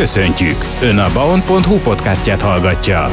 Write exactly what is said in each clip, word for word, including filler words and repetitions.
Köszöntjük! Ön a baon pont hu podcastját hallgatja.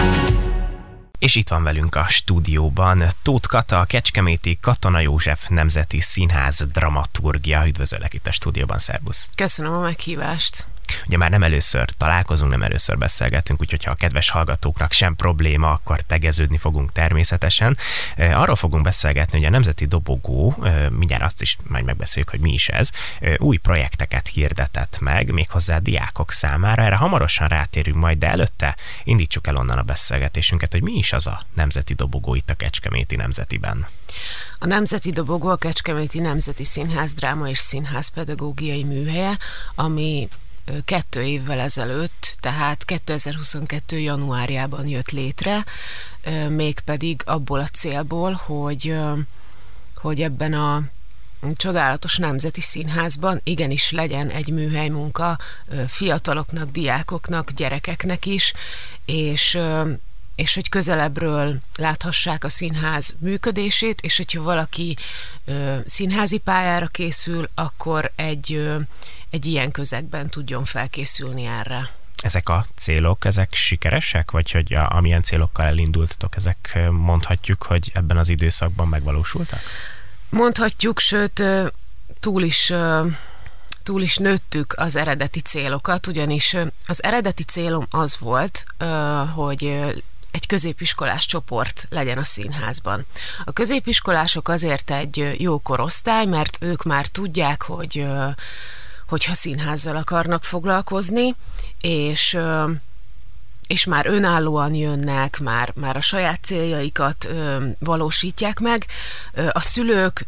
És itt van velünk a stúdióban Tóth Kata, a Kecskeméti Katona József Nemzeti Színház dramaturgia. Üdvözöllek itt a stúdióban, szervusz! Köszönöm a meghívást! Ugye már nem először találkozunk, nem először beszélgetünk, úgyhogy ha a kedves hallgatóknak sem probléma, akkor tegeződni fogunk természetesen. Arról fogunk beszélgetni, hogy a Nemzeti Dobogó, mindjárt azt is majd megbeszéljük, hogy mi is ez, új projekteket hirdetett meg, méghozzá a diákok számára. Erre hamarosan rátérünk majd, de előtte indítsuk el onnan a beszélgetésünket, hogy mi is az a Nemzeti Dobogó itt a Kecskeméti Nemzetiben. A Nemzeti Dobogó a Kecskeméti Nemzeti Színház dráma és színházpedagógiai műhelye, ami kettő évvel ezelőtt, tehát kétezer-huszonkettő januárjában jött létre, mégpedig abból a célból, hogy, hogy ebben a csodálatos nemzeti színházban igenis legyen egy műhelymunka fiataloknak, diákoknak, gyerekeknek is, és és hogy közelebbről láthassák a színház működését, és hogyha valaki ö, színházi pályára készül, akkor egy, ö, egy ilyen közegben tudjon felkészülni erre. Ezek a célok, ezek sikeresek? Vagy hogy a, amilyen célokkal elindultatok, ezek mondhatjuk, hogy ebben az időszakban megvalósultak? Mondhatjuk, sőt, túl is... túl is nőttük az eredeti célokat, ugyanis az eredeti célom az volt, hogy egy középiskolás csoport legyen a színházban. A középiskolások azért egy jó korosztály, mert ők már tudják, hogy hogyha színházzal akarnak foglalkozni, és, és már önállóan jönnek, már, már a saját céljaikat valósítják meg. A szülők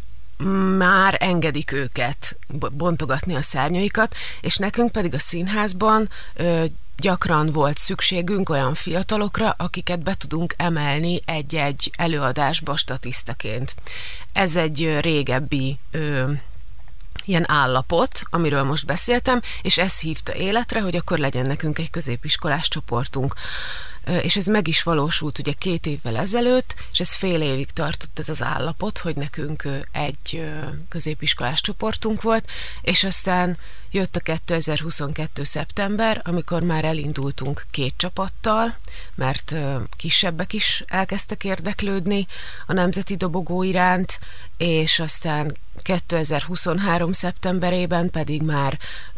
már engedik őket bontogatni a szárnyaikat, és nekünk pedig a színházban ö, gyakran volt szükségünk olyan fiatalokra, akiket be tudunk emelni egy-egy előadásba statisztaként. Ez egy régebbi ö, ilyen állapot, amiről most beszéltem, és ez hívta életre, hogy akkor legyen nekünk egy középiskolás csoportunk. És ez meg is valósult ugye két évvel ezelőtt, és ez fél évig tartott ez az állapot, hogy nekünk egy középiskolás csoportunk volt, és aztán jött a kétezer-huszonkettő szeptember, amikor már elindultunk két csapattal, mert kisebbek is elkezdtek érdeklődni a Nemzeti Dobogó iránt, és aztán kétezer-huszonhárom szeptemberében pedig már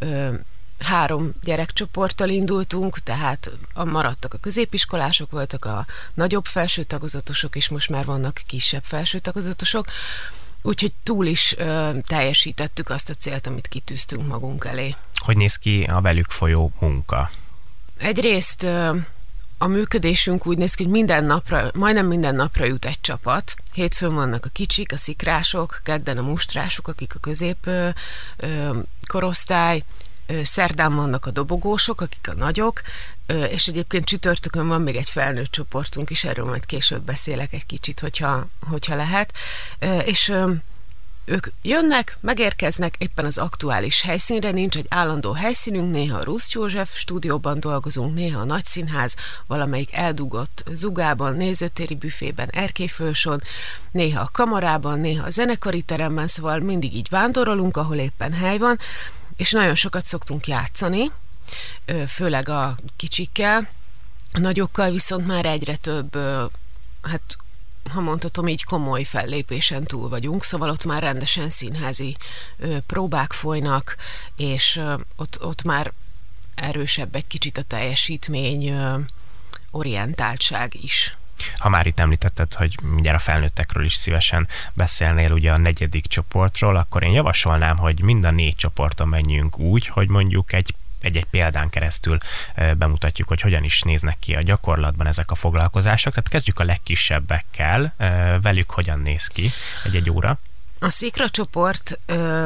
három gyerekcsoporttal indultunk, tehát maradtak a középiskolások, voltak a nagyobb felső tagozatosok, és most már vannak kisebb felső tagozatosok, úgyhogy túl is ö, teljesítettük azt a célt, amit kitűztünk magunk elé. Hogy néz ki a velük folyó munka? Egyrészt ö, a működésünk úgy néz ki, hogy minden napra, majdnem minden napra jut egy csapat. Hétfőn vannak a kicsik, a szikrások, kedden a mustrások, akik a közép ö, ö, korosztály, szerdán vannak a dobogósok, akik a nagyok, és egyébként csütörtökön van még egy felnőtt csoportunk is, erről majd később beszélek egy kicsit, hogyha, hogyha lehet. És ők jönnek, megérkeznek éppen az aktuális helyszínre, nincs egy állandó helyszínünk, néha a Rusz József stúdióban dolgozunk, néha a Nagyszínház valamelyik eldugott zugában, nézőtéri büfében, erkélyfőson, néha a kamarában, néha a zenekari teremben, szóval mindig így vándorolunk, ahol éppen hely van, és nagyon sokat szoktunk játszani, főleg a kicsikkel, a nagyokkal viszont már egyre több, hát ha mondhatom így, komoly fellépésen túl vagyunk, szóval ott már rendesen színházi próbák folynak, és ott, ott már erősebb egy kicsit a teljesítmény orientáltság is. Ha már itt említetted, hogy mindjárt a felnőttekről is szívesen beszélnél ugye a negyedik csoportról, akkor én javasolnám, hogy mind a négy csoporton menjünk úgy, hogy mondjuk egy egy-egy példán keresztül bemutatjuk, hogy hogyan is néznek ki a gyakorlatban ezek a foglalkozások. Tehát kezdjük a legkisebbekkel, velük hogyan néz ki egy-egy óra. A szikra csoport,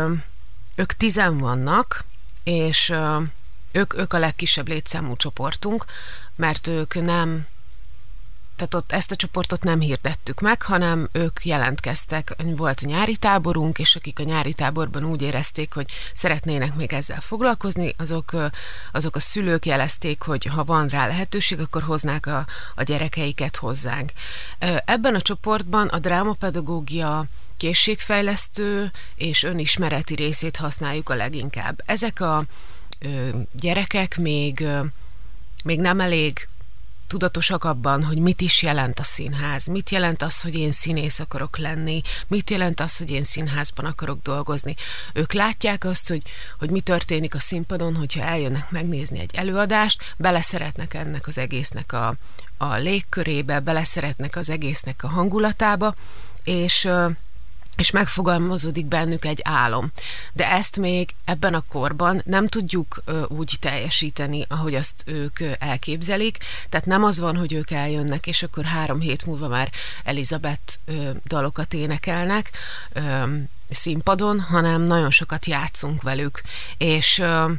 ők tizen vannak, és ők, ők a legkisebb létszámú csoportunk, mert ők nem tehát ott ezt a csoportot nem hirdettük meg, hanem ők jelentkeztek. Volt a nyári táborunk, és akik a nyári táborban úgy érezték, hogy szeretnének még ezzel foglalkozni, azok, azok a szülők jelezték, hogy ha van rá lehetőség, akkor hoznák a, a gyerekeiket hozzánk. Ebben a csoportban a drámapedagógia készségfejlesztő és önismereti részét használjuk a leginkább. Ezek a gyerekek még, még nem elég tudatosak abban, hogy mit is jelent a színház, mit jelent az, hogy én színész akarok lenni, mit jelent az, hogy én színházban akarok dolgozni. Ők látják azt, hogy, hogy mi történik a színpadon, hogyha eljönnek megnézni egy előadást, beleszeretnek ennek az egésznek a, a légkörébe, beleszeretnek az egésznek a hangulatába, és és megfogalmazódik bennük egy álom. De ezt még ebben a korban nem tudjuk ö, úgy teljesíteni, ahogy azt ők ö, elképzelik. Tehát nem az van, hogy ők eljönnek, és akkor három hét múlva már Elizabeth ö, dalokat énekelnek ö, színpadon, hanem nagyon sokat játszunk velük. És ö,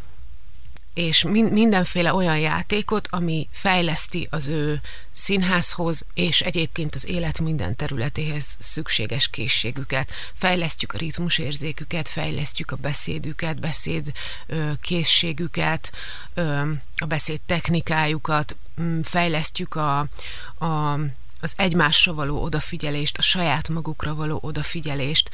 és mindenféle olyan játékot, ami fejleszti az ő színházhoz, és egyébként az élet minden területéhez szükséges készségüket. Fejlesztjük a ritmusérzéküket, fejlesztjük a beszédüket, beszéd készségüket, a beszéd technikájukat, fejlesztjük a, a, az egymásra való odafigyelést, a saját magukra való odafigyelést.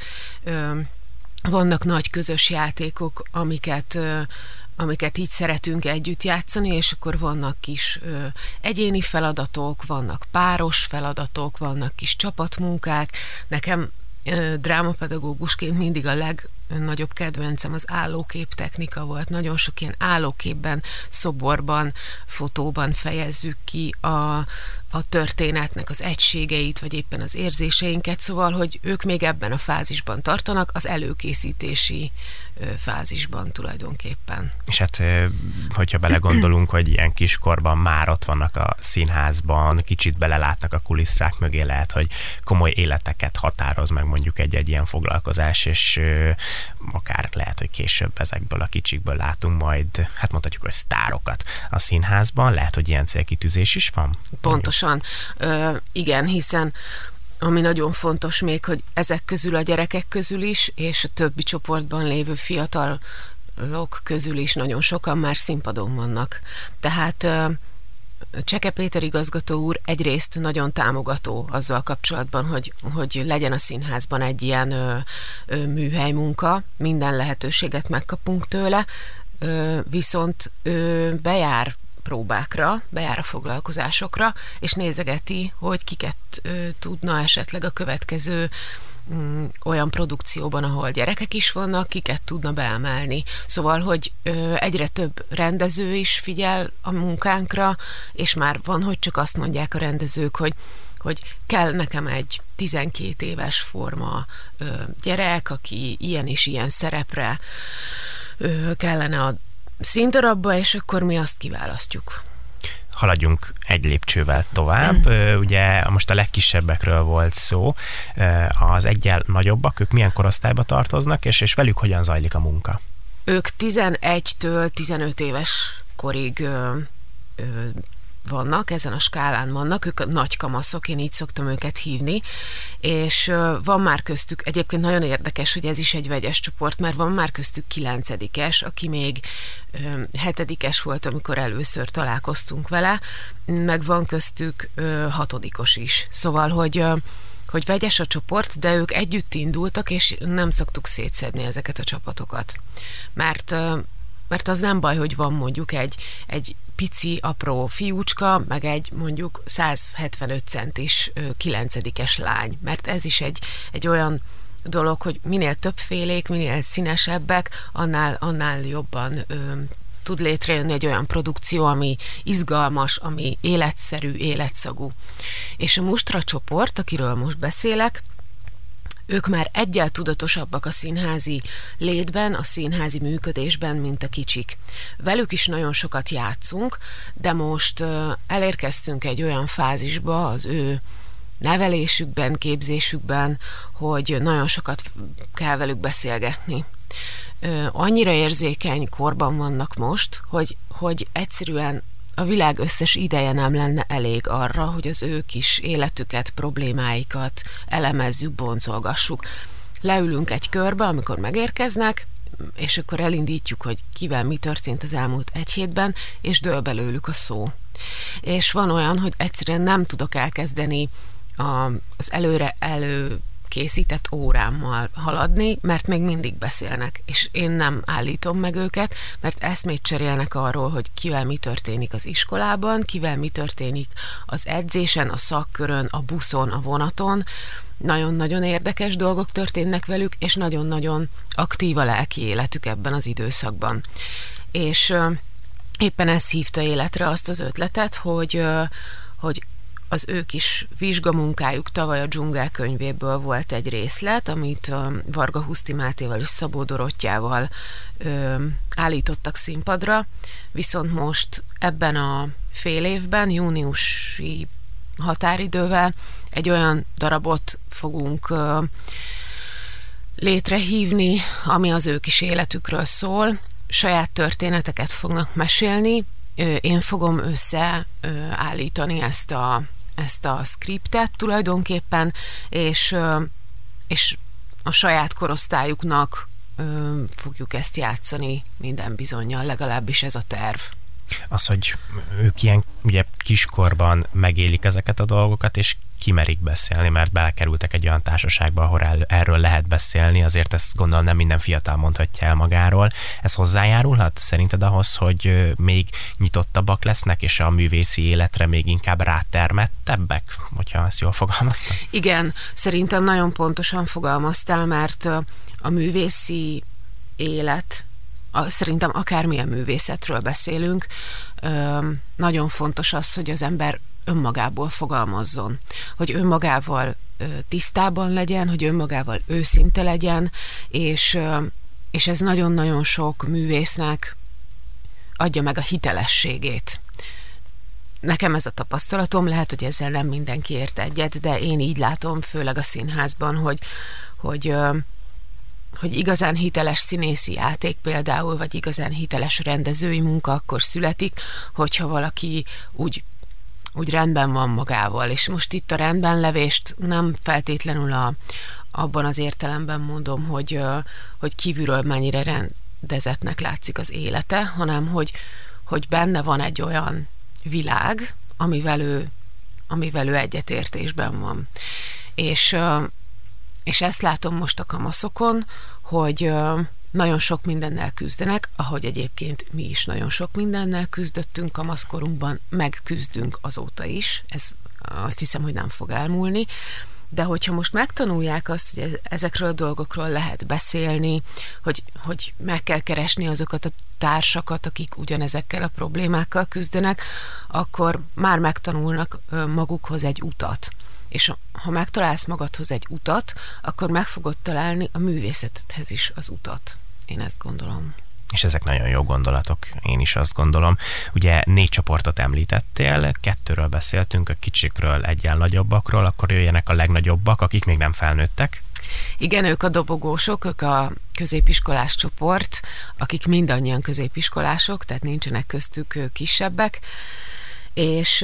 Vannak nagy közös játékok, amiket amiket így szeretünk együtt játszani, és akkor vannak kis ö, egyéni feladatok, vannak páros feladatok, vannak kis csapatmunkák. Nekem ö, drámapedagógusként mindig a legnagyobb kedvencem az állókép technika volt. Nagyon sok ilyen állóképben, szoborban, fotóban fejezzük ki a, a történetnek az egységeit, vagy éppen az érzéseinket, szóval, hogy ők még ebben a fázisban tartanak, az előkészítési fázisban tulajdonképpen. És hát, hogyha belegondolunk, hogy ilyen kiskorban már ott vannak a színházban, kicsit belelátnak a kulisszák mögé, lehet, hogy komoly életeket határoz meg mondjuk egy-egy ilyen foglalkozás, és akár lehet, hogy később ezekből a kicsikből látunk majd, hát mondhatjuk, hogy sztárokat a színházban. Lehet, hogy ilyen célkitűzés is van? Pontosan. Ö, igen, hiszen ami nagyon fontos még, hogy ezek közül a gyerekek közül is, és a többi csoportban lévő fiatalok közül is nagyon sokan már színpadon vannak. Tehát Cseke Péter igazgató úr egyrészt nagyon támogató azzal kapcsolatban, hogy, hogy legyen a színházban egy ilyen ö, ö, műhely munka, minden lehetőséget megkapunk tőle, ö, viszont ö, bejár próbákra, bejár a foglalkozásokra, és nézegeti, hogy kiket ö, tudna esetleg a következő mm, olyan produkcióban, ahol gyerekek is vannak, kiket tudna beemelni. Szóval, hogy ö, egyre több rendező is figyel a munkánkra, és már van, hogy csak azt mondják a rendezők, hogy hogy kell nekem egy tizenkét éves forma ö, gyerek, aki ilyen és ilyen szerepre ö, kellene a színdarabba, és akkor mi azt kiválasztjuk. Haladjunk egy lépcsővel tovább. Mm. Ugye most a legkisebbekről volt szó. Az eggyel nagyobbak, ők milyen korosztályba tartoznak, és, és velük hogyan zajlik a munka? Ők tizenegytől tizenöt éves korig ö, ö, vannak, ezen a skálán vannak, ők a nagy kamaszok, én így szoktam őket hívni, és van már köztük, egyébként nagyon érdekes, hogy ez is egy vegyes csoport, mert van már köztük kilencedikes, aki még ö, hetedikes volt, amikor először találkoztunk vele, meg van köztük ö, hatodikos is. Szóval, hogy ö, hogy vegyes a csoport, de ők együtt indultak, és nem szoktuk szétszedni ezeket a csapatokat. Mert, ö, mert az nem baj, hogy van mondjuk egy, egy pici, apró fiúcska, meg egy mondjuk száz hetvenöt centis kilencedikes lány, mert ez is egy, egy olyan dolog, hogy minél többfélék, minél színesebbek, annál, annál jobban ö, tud létrejönni egy olyan produkció, ami izgalmas, ami életszerű, életszagú. És a Mustra csoport, akiről most beszélek, ők már egyel tudatosabbak a színházi létben, a színházi működésben, mint a kicsik. Velük is nagyon sokat játszunk, de most uh, elérkeztünk egy olyan fázisba az ő nevelésükben, képzésükben, hogy nagyon sokat kell velük beszélgetni. Uh, annyira érzékeny korban vannak most, hogy, hogy egyszerűen a világ összes ideje nem lenne elég arra, hogy az ő kis életüket, problémáikat elemezzük, boncolgassuk. Leülünk egy körbe, amikor megérkeznek, és akkor elindítjuk, hogy kivel mi történt az elmúlt egy hétben, és dől belőlük a szó. És van olyan, hogy egyszerűen nem tudok elkezdeni a, az előre elő készített órámmal haladni, mert még mindig beszélnek, és én nem állítom meg őket, mert eszmét cserélnek arról, hogy kivel mi történik az iskolában, kivel mi történik az edzésen, a szakkörön, a buszon, a vonaton. Nagyon-nagyon érdekes dolgok történnek velük, és nagyon-nagyon aktív a lelki életük ebben az időszakban. És éppen ez hívta életre azt az ötletet, hogy, hogy az ő kis vizsgamunkájuk tavaly a Dzsungel könyvéből volt egy részlet, amit Varga Huszti Mátéval és Szabó Dorottyával ö, állítottak színpadra, viszont most ebben a fél évben, júniusi határidővel egy olyan darabot fogunk ö, létrehívni, ami az ő kis életükről szól, saját történeteket fognak mesélni, én fogom összeállítani ezt a, ezt a skriptet tulajdonképpen, és, és a saját korosztályuknak fogjuk ezt játszani minden bizonnyal, legalábbis ez a terv. Az, hogy ők ilyen ugye kiskorban megélik ezeket a dolgokat, és kimerik beszélni, mert belekerültek egy olyan társaságba, ahol el, erről lehet beszélni, azért ezt gondolom nem minden fiatal mondhatja el magáról. Ez hozzájárulhat szerinted ahhoz, hogy még nyitottabbak lesznek, és a művészi életre még inkább rátermettebbek, hogyha ezt jól fogalmaztam? Igen, szerintem nagyon pontosan fogalmaztál, mert a művészi élet, a, szerintem akármilyen művészetről beszélünk, ö, nagyon fontos az, hogy az ember önmagából fogalmazzon, hogy önmagával ö, tisztában legyen, hogy önmagával őszinte legyen, és, ö, és ez nagyon-nagyon sok művésznek adja meg a hitelességét. Nekem ez a tapasztalatom, lehet, hogy ezzel nem mindenki ért egyet, de én így látom, főleg a színházban, hogy, hogy ö, hogy igazán hiteles színészi játék például, vagy igazán hiteles rendezői munka akkor születik, hogyha valaki úgy, úgy rendben van magával. És most itt a rendbenlevést nem feltétlenül a, abban az értelemben mondom, hogy, hogy kívülről mennyire rendezetnek látszik az élete, hanem hogy, hogy benne van egy olyan világ, amivel ő, amivel ő egyetértésben van. És És ezt látom most a kamaszokon, hogy nagyon sok mindennel küzdenek, ahogy egyébként mi is nagyon sok mindennel küzdöttünk kamaszkorunkban, meg küzdünk azóta is, ez azt hiszem, hogy nem fog elmúlni, de hogyha most megtanulják azt, hogy ezekről a dolgokról lehet beszélni, hogy, hogy meg kell keresni azokat a társakat, akik ugyanezekkel a problémákkal küzdenek, akkor már megtanulnak magukhoz egy utat. És ha megtalálsz magadhoz egy utat, akkor meg fogod találni a művészetedhez is az utat. Én ezt gondolom. És ezek nagyon jó gondolatok, én is azt gondolom. Ugye négy csoportot említettél, kettőről beszéltünk, a kicsikről, egyen nagyobbakról, akkor jöjjenek a legnagyobbak, akik még nem felnőttek. Igen, ők a dobogósok, ők a középiskolás csoport, akik mindannyian középiskolások, tehát nincsenek köztük kisebbek, és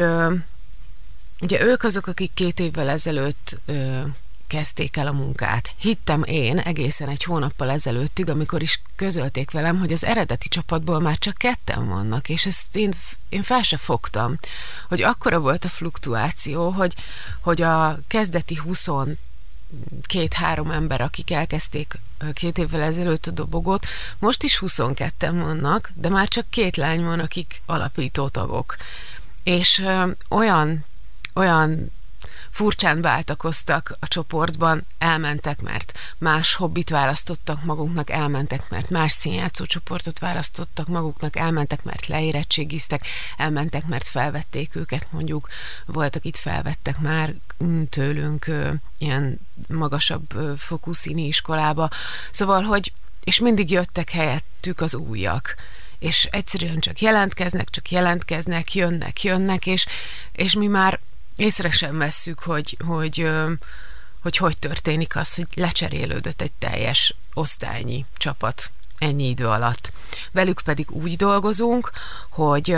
ugye ők azok, akik két évvel ezelőtt ö, kezdték el a munkát. Hittem én egészen egy hónappal ezelőttig, amikor is közölték velem, hogy az eredeti csapatból már csak ketten vannak, és ezt én, én fel se fogtam, hogy akkora volt a fluktuáció, hogy, hogy a kezdeti huszonkét-három ember, akik elkezdték két évvel ezelőtt a dobogot, most is huszonketten vannak, de már csak két lány van, akik alapító tagok. És ö, olyan olyan furcsán váltakoztak a csoportban, elmentek, mert más hobbit választottak maguknak, elmentek, mert más színjátszó csoportot választottak maguknak, elmentek, mert leérettségiztek, elmentek, mert felvették őket, mondjuk voltak itt felvettek már tőlünk ilyen magasabb fokú színi iskolába, szóval, hogy és mindig jöttek helyettük az újak. És egyszerűen csak jelentkeznek, csak jelentkeznek, jönnek, jönnek, és, és mi már észre sem vesszük, hogy hogy, hogy hogy történik az, hogy lecserélődött egy teljes osztálynyi csapat ennyi idő alatt. Velük pedig úgy dolgozunk, hogy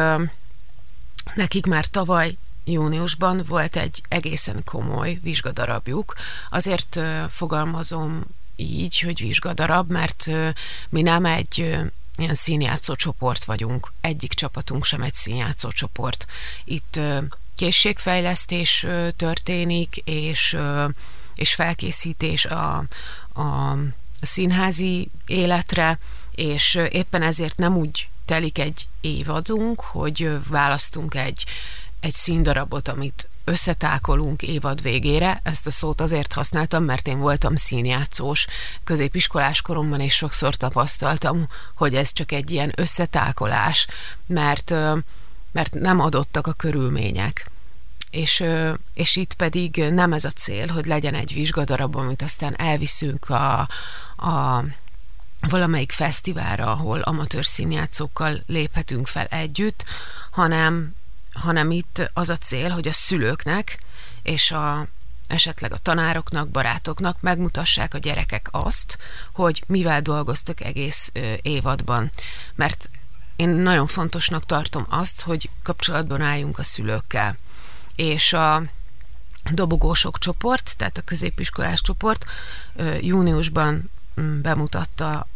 nekik már tavaly júniusban volt egy egészen komoly vizsgadarabjuk. Azért fogalmazom így, hogy vizsgadarab, mert mi nem egy ilyen színjátszó csoport vagyunk. Egyik csapatunk sem egy színjátszó csoport. Itt készségfejlesztés történik, és és felkészítés a, a, a színházi életre, és éppen ezért nem úgy telik egy évadunk, hogy választunk egy, egy színdarabot, amit összetákolunk évad végére. Ezt a szót azért használtam, mert én voltam színjátszós középiskolás koromban, és sokszor tapasztaltam, hogy ez csak egy ilyen összetákolás, mert, mert nem adottak a körülmények. És, és itt pedig nem ez a cél, hogy legyen egy vizsgadarab, amit aztán elviszünk a, a valamelyik fesztiválra, ahol amatőr színjátszókkal léphetünk fel együtt, hanem, hanem itt az a cél, hogy a szülőknek és a, esetleg a tanároknak, barátoknak megmutassák a gyerekek azt, hogy mivel dolgoztak egész ö, évadban. Mert én nagyon fontosnak tartom azt, hogy kapcsolatban álljunk a szülőkkel. És a dobogósok csoport, tehát a középiskolás csoport ö, júniusban bemutatta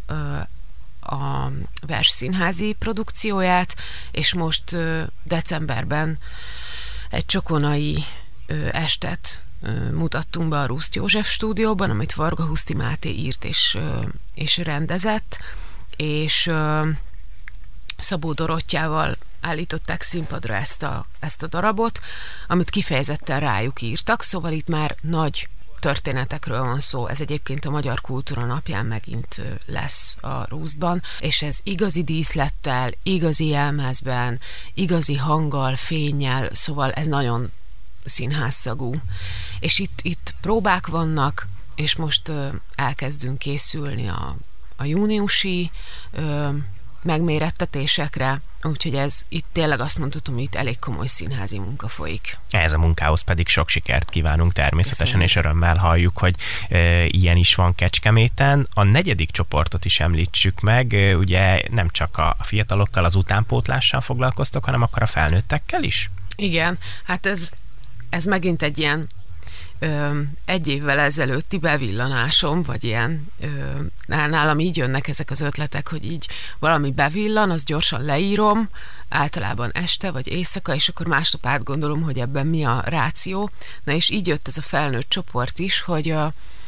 a versszínházi produkcióját, és most decemberben egy csokonai estet mutattunk be a Ruszt József stúdióban, amit Varga Huszti Máté írt és, és rendezett, és Szabó Dorottyával állították színpadra ezt a, ezt a darabot, amit kifejezetten rájuk írtak, szóval itt már nagy történetekről van szó. Ez egyébként a Magyar Kultúra Napján megint lesz a Rusztban, és ez igazi díszlettel, igazi jelmezben, igazi hanggal, fénnyel, szóval ez nagyon színházszagú. És itt, itt próbák vannak, és most ö, elkezdünk készülni a, a júniusi ö, megmérettetésekre, úgyhogy ez itt tényleg azt mondhatom, hogy itt elég komoly színházi munka folyik. Ez a munkához pedig sok sikert kívánunk természetesen, Köszönöm. És örömmel halljuk, hogy e, ilyen is van Kecskeméten. A negyedik csoportot is említsük meg, e, ugye nem csak a fiatalokkal, az utánpótlással foglalkoztok, hanem akkor a felnőttekkel is? Igen, hát ez, ez megint egy ilyen Ö, egy évvel ezelőtti bevillanásom, vagy ilyen, ö, nálam így jönnek ezek az ötletek, hogy így valami bevillan, azt gyorsan leírom, általában este vagy éjszaka, és akkor másnap átgondolom, hogy ebben mi a ráció. Na és így jött ez a felnőtt csoport is, hogy ö,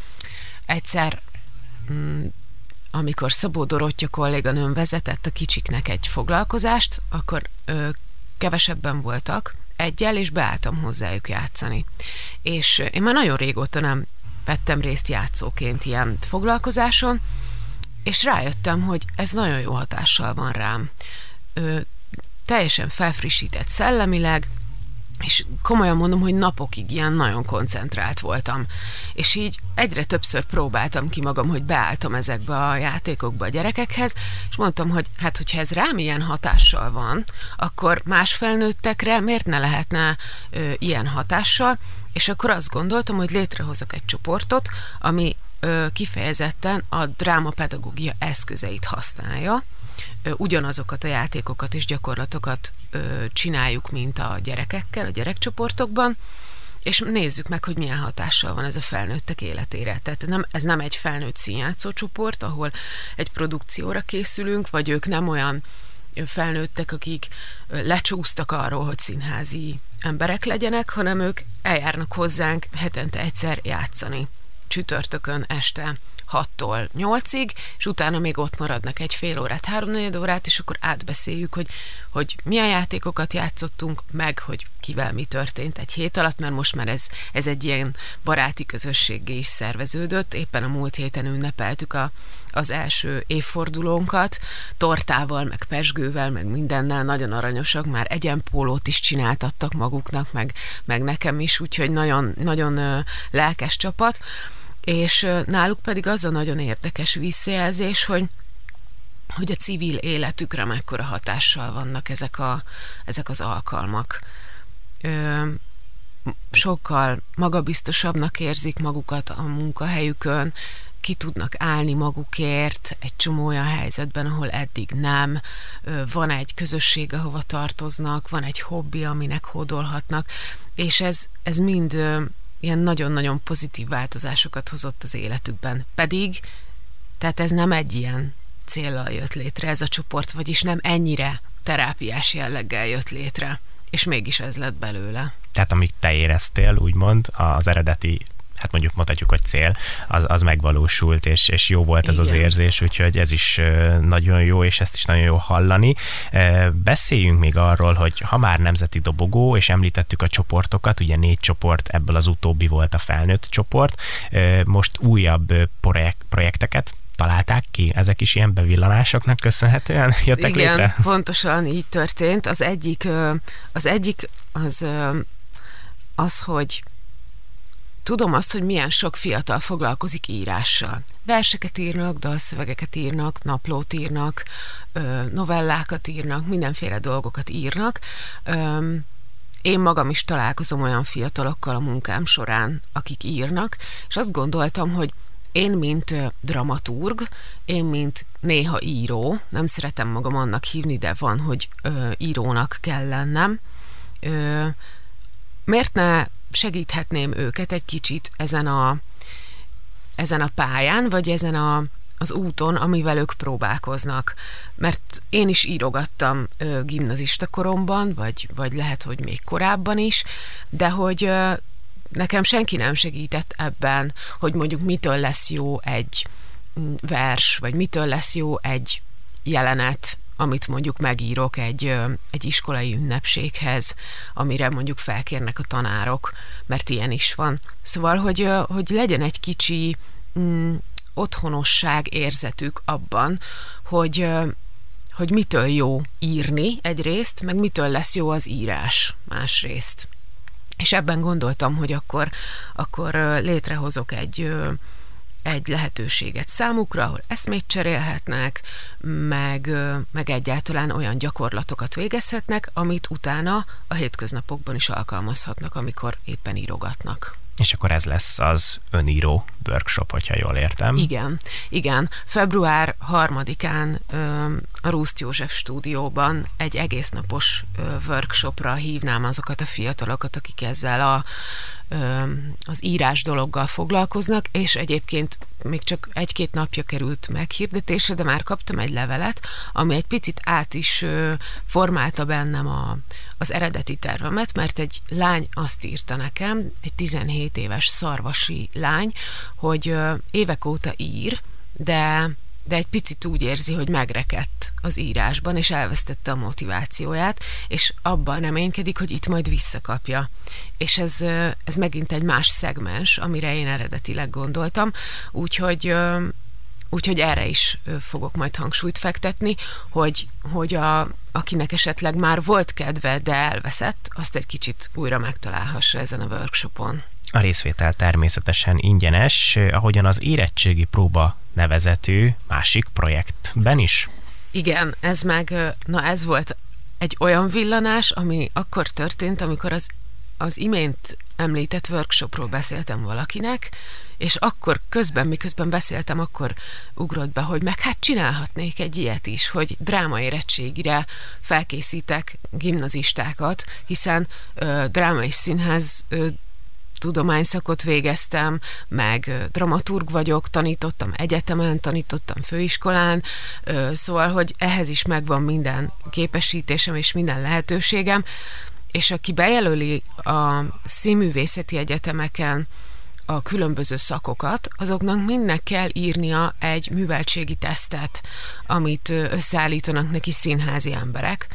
egyszer mm, amikor Szabó Dorottya kolléganőm vezetett a kicsiknek egy foglalkozást, akkor ö, kevesebben voltak, egyel, és beálltam hozzájuk játszani. És én már nagyon régóta nem vettem részt játszóként ilyen foglalkozáson, és rájöttem, hogy ez nagyon jó hatással van rám. Ö, teljesen felfrissített szellemileg, és komolyan mondom, hogy napokig ilyen nagyon koncentrált voltam. És így egyre többször próbáltam ki magam, hogy beálltam ezekbe a játékokba a gyerekekhez, és mondtam, hogy hát, hogyha ez rám ilyen hatással van, akkor más felnőttekre miért ne lehetne ö, ilyen hatással, és akkor azt gondoltam, hogy létrehozok egy csoportot, ami ö, kifejezetten a drámapedagógia eszközeit használja, ugyanazokat a játékokat és gyakorlatokat ö, csináljuk, mint a gyerekekkel, a gyerekcsoportokban, és nézzük meg, hogy milyen hatással van ez a felnőttek életére. Tehát nem, ez nem egy felnőtt színjátszó csoport, ahol egy produkcióra készülünk, vagy ők nem olyan felnőttek, akik lecsúsztak arról, hogy színházi emberek legyenek, hanem ők eljárnak hozzánk hetente egyszer játszani. Csütörtökön este hattól nyolcig, és utána még ott maradnak egy fél órát, háromnegyed órát, és akkor átbeszéljük, hogy, hogy milyen játékokat játszottunk, meg hogy kivel mi történt egy hét alatt, mert most már ez, ez egy ilyen baráti közösséggé is szerveződött. Éppen a múlt héten ünnepeltük a, az első évfordulónkat, tortával, meg pezsgővel, meg mindennel, nagyon aranyosak, már egyenpólót is csináltattak maguknak, meg, meg nekem is, úgyhogy nagyon, nagyon ö, lelkes csapat. És náluk pedig az a nagyon érdekes visszajelzés, hogy, hogy a civil életükre mekkora hatással vannak ezek, a, ezek az alkalmak. Ö, sokkal magabiztosabbnak érzik magukat a munkahelyükön, ki tudnak állni magukért egy csomó olyan helyzetben, ahol eddig nem. Ö, van egy közösség, ahova tartoznak, van egy hobbi, aminek hódolhatnak, és ez, ez mind ö, ilyen nagyon-nagyon pozitív változásokat hozott az életükben. Pedig, tehát ez nem egy ilyen céllal jött létre ez a csoport, vagyis nem ennyire terápiás jelleggel jött létre, és mégis ez lett belőle. Tehát amit te éreztél, úgymond, az eredeti hát mondjuk mondhatjuk, hogy cél, az, az megvalósult, és, és jó volt ez Igen. az érzés, úgyhogy ez is nagyon jó, és ezt is nagyon jó hallani. Beszéljünk még arról, hogy ha már nemzeti dobogó, és említettük a csoportokat, ugye négy csoport, ebből az utóbbi volt a felnőtt csoport, most újabb projekt, projekteket találták ki? Ezek is ilyen bevillanásoknak köszönhetően jöttek Igen, létre? Igen, pontosan így történt. Az egyik az, egyik az, az, hogy tudom azt, hogy milyen sok fiatal foglalkozik írással. Verseket írnak, dalszövegeket írnak, naplót írnak, novellákat írnak, mindenféle dolgokat írnak. Én magam is találkozom olyan fiatalokkal a munkám során, akik írnak, és azt gondoltam, hogy én, mint dramaturg, én, mint néha író, nem szeretem magam annak hívni, de van, hogy ö, írónak kell lennem, ö, miért ne segíthetném őket egy kicsit ezen a, ezen a pályán, vagy ezen a, az úton, amivel ők próbálkoznak. Mert én is írogattam ö, gimnazista koromban, vagy, vagy lehet, hogy még korábban is, de hogy ö, nekem senki nem segített ebben, hogy mondjuk mitől lesz jó egy vers, vagy mitől lesz jó egy jelenet, amit mondjuk megírok egy, egy iskolai ünnepséghez, amire mondjuk felkérnek a tanárok, mert ilyen is van. Szóval, hogy, hogy legyen egy kicsi mm, otthonosság érzetük abban, hogy, hogy mitől jó írni egyrészt, meg mitől lesz jó az írás másrészt. És ebben gondoltam, hogy akkor, akkor létrehozok egy, egy lehetőséget számukra, ahol eszmét cserélhetnek, meg, meg egyáltalán olyan gyakorlatokat végezhetnek, amit utána a hétköznapokban is alkalmazhatnak, amikor éppen írogatnak. És akkor ez lesz az öníró workshop, hogyha jól értem. Igen, igen. február harmadikán a Ruszt József stúdióban egy egésznapos workshopra hívnám azokat a fiatalokat, akik ezzel a, az írás dologgal foglalkoznak, és egyébként még csak egy-két napja került meghirdetésre, de már kaptam egy levelet, ami egy picit át is formálta bennem a, az eredeti tervemet, mert egy lány azt írta nekem, egy tizenhét éves szarvasi lány, hogy évek óta ír, de, de egy picit úgy érzi, hogy megrekedt az írásban, és elvesztette a motivációját, és abban reménykedik, hogy itt majd visszakapja. És ez, ez megint egy más szegmens, amire én eredetileg gondoltam, úgyhogy, úgyhogy erre is fogok majd hangsúlyt fektetni, hogy, hogy a, akinek esetleg már volt kedve, de elveszett, azt egy kicsit újra megtalálhassa ezen a workshopon. A részvétel természetesen ingyenes, ahogyan az érettségi próba nevezetű másik projektben is. Igen, ez meg, na ez volt egy olyan villanás, ami akkor történt, amikor az, az imént említett workshopról beszéltem valakinek, és akkor közben, miközben beszéltem, akkor ugrott be, hogy meg hát csinálhatnék egy ilyet is, hogy drámaérettségire felkészítek gimnazistákat, hiszen ö, dráma és színház ö, tudományszakot végeztem, meg dramaturg vagyok, tanítottam egyetemen, tanítottam főiskolán, szóval, hogy ehhez is megvan minden képesítésem és minden lehetőségem, és aki bejelöli a színművészeti egyetemeken a különböző szakokat, azoknak mindnek kell írnia egy műveltségi tesztet, amit összeállítanak neki színházi emberek,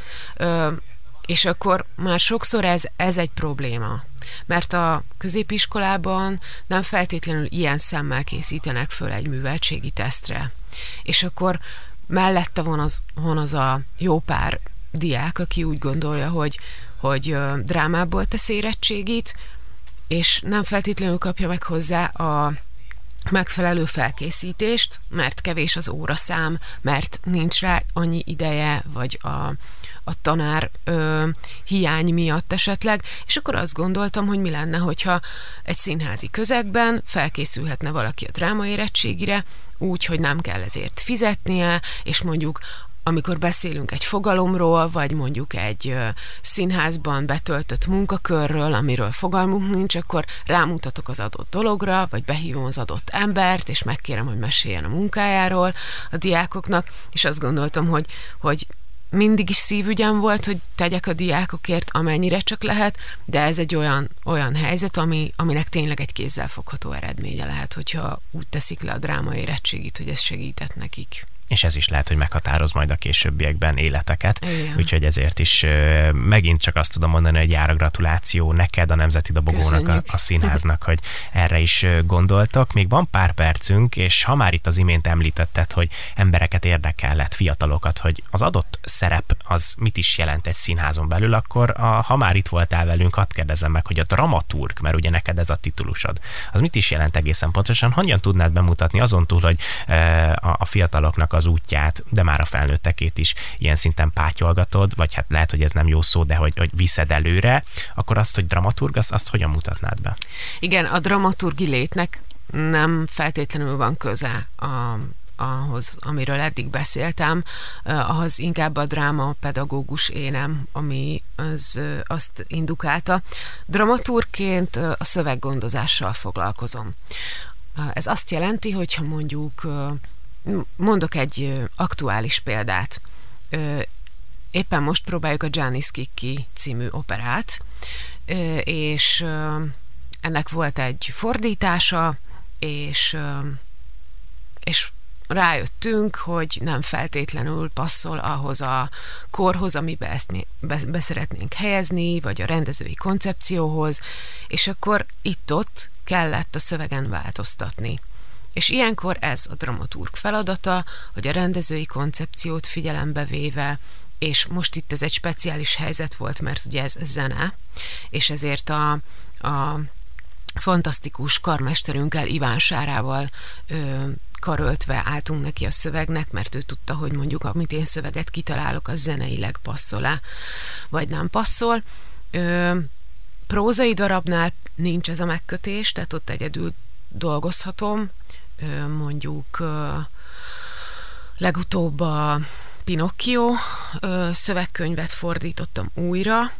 és akkor már sokszor ez, ez egy probléma. Mert a középiskolában nem feltétlenül ilyen szemmel készítenek föl egy műveltségi tesztre. És akkor mellette van az, van az a jó pár diák, aki úgy gondolja, hogy, hogy drámából tesz érettségit, és nem feltétlenül kapja meg hozzá a megfelelő felkészítést, mert kevés az óraszám, mert nincs rá annyi ideje, vagy a, a tanár ö, hiány miatt esetleg, és akkor azt gondoltam, hogy mi lenne, hogyha egy színházi közegben felkészülhetne valaki a drámaérettségire, úgy, hogy nem kell ezért fizetnie, és mondjuk amikor beszélünk egy fogalomról, vagy mondjuk egy ö, színházban betöltött munkakörről, amiről fogalmunk nincs, akkor rámutatok az adott dologra, vagy behívom az adott embert, és megkérem, hogy meséljen a munkájáról a diákoknak, és azt gondoltam, hogy, hogy mindig is szívügyem volt, hogy tegyek a diákokért, amennyire csak lehet, de ez egy olyan, olyan helyzet, ami, aminek tényleg egy kézzelfogható eredménye lehet, hogyha úgy teszik le a dráma érettségit, hogy ez segített nekik. És ez is lehet, hogy meghatároz majd a későbbiekben életeket. Igen. Úgyhogy ezért is megint csak azt tudom mondani, hogy jár a gratuláció neked, a Nemzeti Dobogónak, a, a színháznak, hogy erre is gondoltok. Még van pár percünk, és ha már itt az imént említetted, hogy embereket érdekellett, fiatalokat, hogy az adott szerep az mit is jelent egy színházon belül, akkor a, ha már itt voltál velünk, hadd kérdezem meg, hogy a dramaturg, mert ugye neked ez a titulusod, az mit is jelent egészen pontosan? Hogyan tudnád bemutatni azon túl, hogy a, a fiataloknak az útját, de már a felnőttekét is ilyen szinten pátyolgatod, vagy hát lehet, hogy ez nem jó szó, de hogy, hogy viszed előre, akkor azt, hogy dramaturg, azt, azt hogyan mutatnád be? Igen, a dramaturgi létnek nem feltétlenül van köze a, ahhoz, amiről eddig beszéltem, ahhoz inkább a drámapedagógus énem, ami az, azt indukálta. Dramaturgként a szöveggondozással foglalkozom. Ez azt jelenti, hogyha mondjuk mondok egy aktuális példát. Éppen most próbáljuk a Gianni Schicchi című operát, és ennek volt egy fordítása, és, és rájöttünk, hogy nem feltétlenül passzol ahhoz a korhoz, amiben ezt mi beszeretnénk helyezni, vagy a rendezői koncepcióhoz, és akkor itt-ott kellett a szövegen változtatni. És ilyenkor ez a dramaturg feladata, hogy a rendezői koncepciót figyelembe véve, és most itt ez egy speciális helyzet volt, mert ugye ez zene, és ezért a, a fantasztikus karmesterünkkel, Iván Sárával ö, karöltve álltunk neki a szövegnek, mert ő tudta, hogy mondjuk amit én szöveget kitalálok, az zeneileg passzol-e, vagy nem passzol. Ö, prózai darabnál nincs ez a megkötés, tehát ott egyedül dolgozhatom, mondjuk legutóbb a Pinocchio szövegkönyvet fordítottam újra,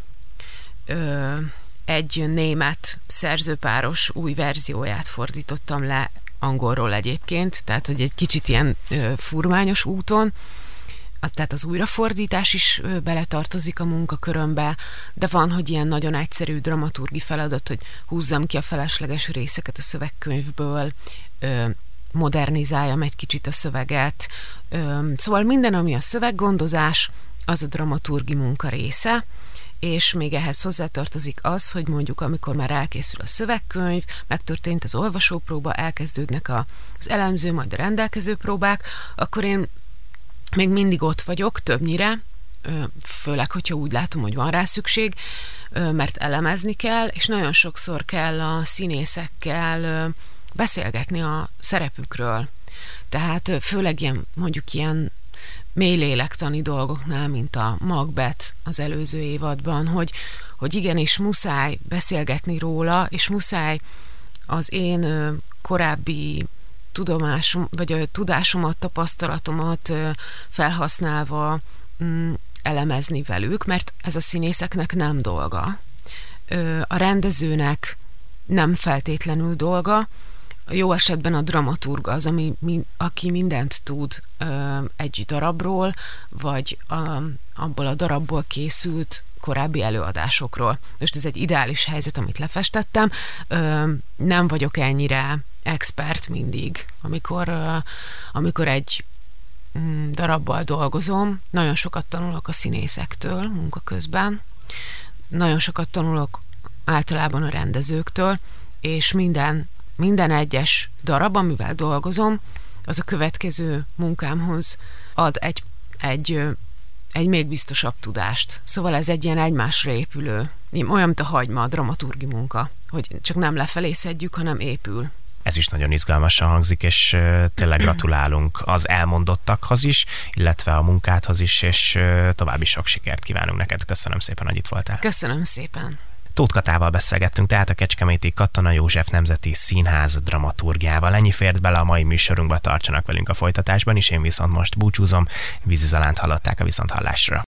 egy német szerzőpáros új verzióját fordítottam le angolról egyébként, tehát hogy egy kicsit ilyen furmányos úton, tehát az újrafordítás is beletartozik a munkakörömbe, de van, hogy ilyen nagyon egyszerű dramaturgi feladat, hogy húzzam ki a felesleges részeket a szövegkönyvből, modernizáljam egy kicsit a szöveget. Szóval minden, ami a szöveggondozás, az a dramaturgi munka része, és még ehhez hozzátartozik az, hogy mondjuk amikor már elkészül a szövegkönyv, megtörtént az olvasópróba, elkezdődnek az elemző, majd a rendelkező próbák, akkor én még mindig ott vagyok, többnyire, főleg, hogyha úgy látom, hogy van rá szükség, mert elemezni kell, és nagyon sokszor kell a színészekkel beszélgetni a szerepükről. Tehát főleg ilyen, mondjuk ilyen mély lélektani dolgoknál, mint a Macbeth az előző évadban, hogy, hogy igenis muszáj beszélgetni róla, és muszáj az én korábbi tudomásom, vagy a tudásomat, tapasztalatomat felhasználva mm, elemezni velük, mert ez a színészeknek nem dolga. A rendezőnek nem feltétlenül dolga, jó esetben a dramaturg az, ami, aki mindent tud egy darabról, vagy a, abból a darabból készült korábbi előadásokról. Most ez egy ideális helyzet, amit lefestettem. Nem vagyok ennyire expert mindig, amikor, amikor egy darabbal dolgozom. Nagyon sokat tanulok a színészektől munka közben. Nagyon sokat tanulok általában a rendezőktől, és minden Minden egyes darab, amivel dolgozom, az a következő munkámhoz ad egy, egy, egy még biztosabb tudást. Szóval ez egy ilyen egymásra épülő, olyan, mint a hagyma, a dramaturgi munka, hogy csak nem lefelé szedjük, hanem épül. Ez is nagyon izgalmasan hangzik, és tényleg gratulálunk az elmondottakhoz is, illetve a munkádhoz is, és további sok sikert kívánunk neked. Köszönöm szépen, hogy itt voltál. Köszönöm szépen. Tóth Katával beszélgettünk, tehát a Kecskeméti Katona József Nemzeti Színház dramaturgiával. Ennyi fért bele a mai műsorunkba, tartsanak velünk a folytatásban is, én viszont most búcsúzom. Vízi Zalánt hallották a viszonthallásra.